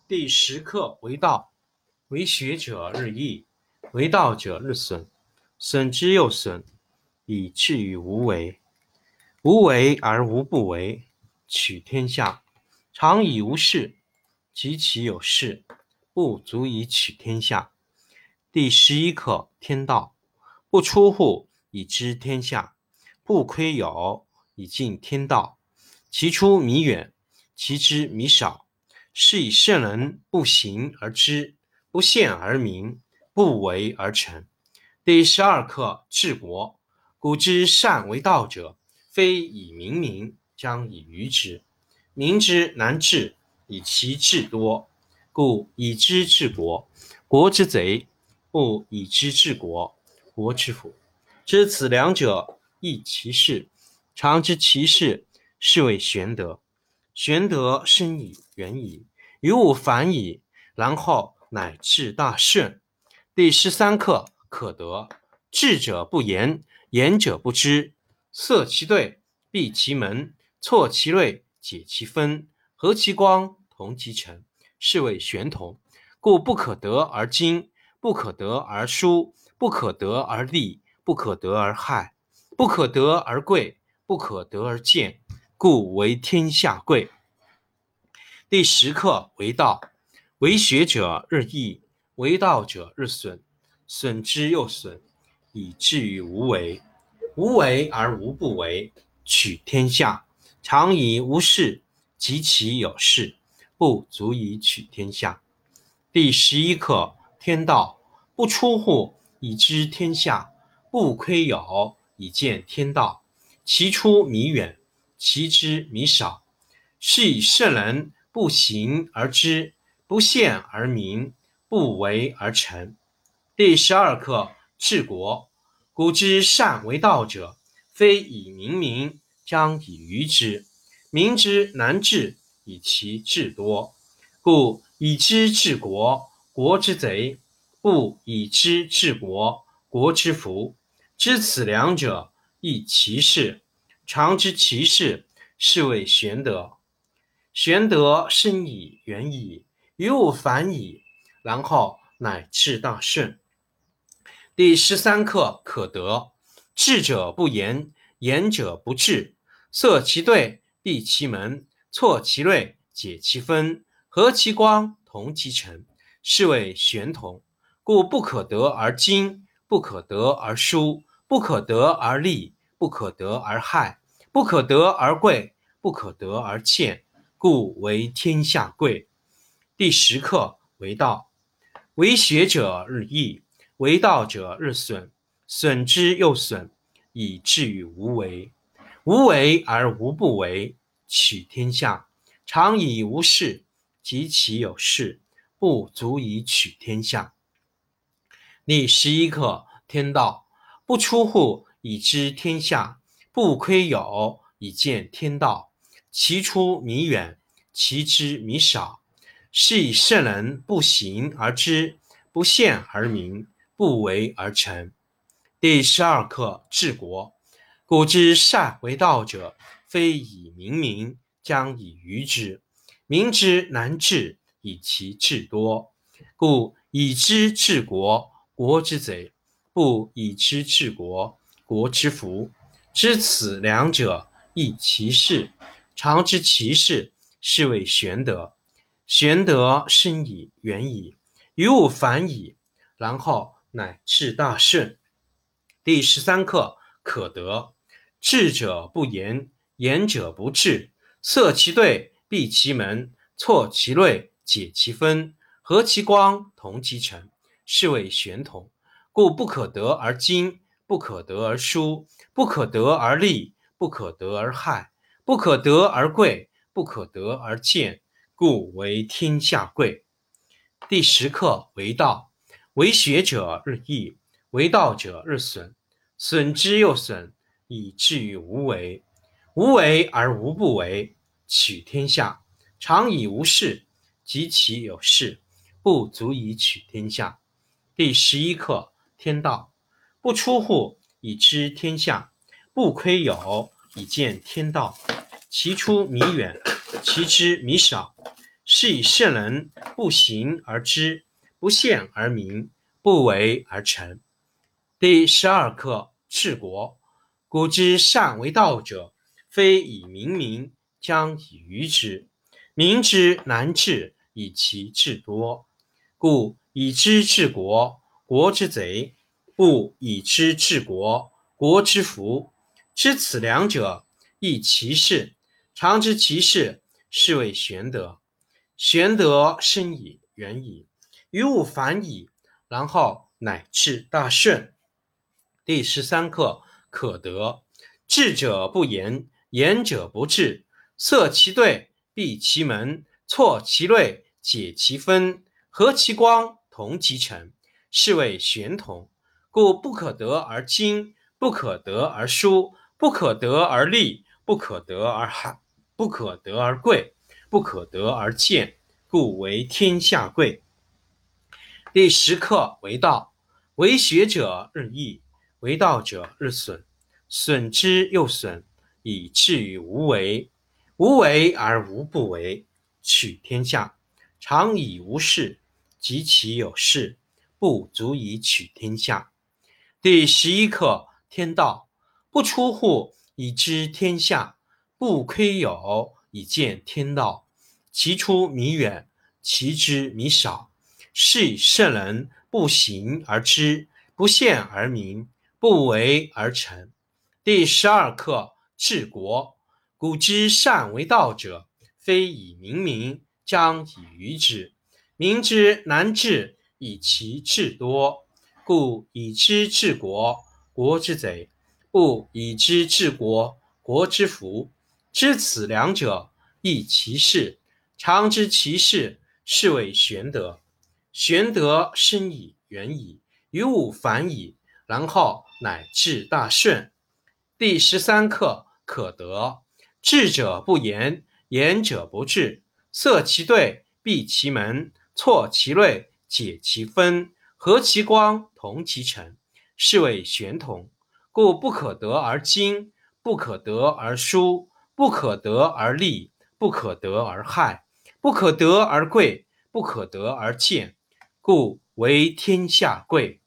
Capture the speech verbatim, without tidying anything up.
第十课为道，为学者日益，为道者日损，损之又损，以至于无为。无为而无不为，取天下常以无事，及其有事，不足以取天下。第十一课天道，不出户以知天下，不窥有以尽天道。其出弥远，其知弥少。是以圣人不行而知，不见而明，不为而成。第十二课治国。古之善为道者，非以明民，将以愚之。民之难治，以其智多。故以知治国，国之贼；不以知治国，国之福。知此两者，亦其事。常知其事，是谓玄德。玄德深矣，远矣，于物反矣，然后乃至大顺。第十三课可得。智者不言，言者不知。塞其兑，闭其门，错其锐，解其分，和其光，同其尘，是谓玄同。故不可得而精，不可得而疏，不可得而利，不可得而害，不可得而贵，不可得而贱，故为天下贵。第十课为道，为学者日益，为道者日损，损之又损，以至于无为。无为而无不为，取天下常以无事，及其有事，不足以取天下。第十一课天道，不出户以知天下，不窥有以见天道。其出弥远，其知弥少。是以圣人不行而知，不见而明，不为而成。第十二课治国。古之善为道者，非以明民，将以愚之。民之难治，以其智多。故以知治国，国之贼；不以知治国，国之福。知此两者，亦其事。常知其事，是谓玄德。玄德深矣，远矣，于物反矣，然后乃至大顺。第十三课可得。智者不言，言者不智。塞其兑，闭其门，错其锐，解其分，和其光，同其尘，是谓玄同。故不可得而精，不可得而疏，不可得而利，不可得而害，不可得而贵，不可得而贱，故为天下贵。第十课为道，为学者日益，为道者日损，损之又损，以至于无为。无为而无不为，取天下常以无事，及其有事，不足以取天下。第十一课天道，不出户以知天下，不窥有以见天道。其出弥远，其知弥少。是以圣人不行而知，不见而明，不为而成。第十二课治国。古之善为道者，非以明民，将以愚之。民之难治，以其智多。故以知治国，国之贼；不以知治国，国之福。知此两者，亦其事。常知其事，是谓玄德。玄德深矣，远矣，于物反矣，然后乃至大顺。第十三课可得。智者不言，言者不智。塞其兑，闭其门，错其锐，解其分，和其光，同其尘，是谓玄同。故不可得而精，不可得而疏，不可得而利，不可得而害，不可得而贵，不可得而贱，故为天下贵。第十课为道，为学者日益，为道者日损，损之又损，以至于无为。无为而无不为，取天下常以无事，及其有事，不足以取天下。第十一课天道，不出户以知天下，不窥有以见天道。其出弥远，其知弥少。 是以圣人不行而知，不见而明，不为而成。第十二课治国。古之善为道者，非以明民，将以愚之。民之难治，以其智多。故以知治国，国之贼；不以知治国，国之福。知此两者，亦其事。常知其事，是谓玄德。玄德深矣，远矣，于物反矣，然后乃至大顺。第十三课可得。智者不言，言者不智。塞其兑，闭其门，错其锐，解其分，和其光，同其尘，是谓玄同。故不可得而精，不可得而疏，不可得而利，不可得而害，不可得而贵，不可得而贱，故为天下贵。第十课为道。为学者日益，为道者日损，损之又损，以至于无为。无为而无不为，取天下常以无事，及其有事，不足以取天下。第十一课天道。不出户以知天下，不窥牖以见天道。其出弥远，其知弥少。是以圣人不行而知，不见而明，不为而成。第十二课治国。古之善为道者，非以明民，将以愚之。民之难治，以其智多。故以知治国，国之贼；不以知治国，国之福。知此两者，亦其事。常知其事，是谓玄德。玄德深矣，远矣，于物反矣，然后乃至大顺。第十三课可得。智者不言，言者不智。塞其兑，闭其门，错其锐，解其分，和其光，同其尘，是谓玄同。故不可得而精，不可得而疏，不可得而利，不可得而害，不可得而贵，不可得而贱，故为天下贵。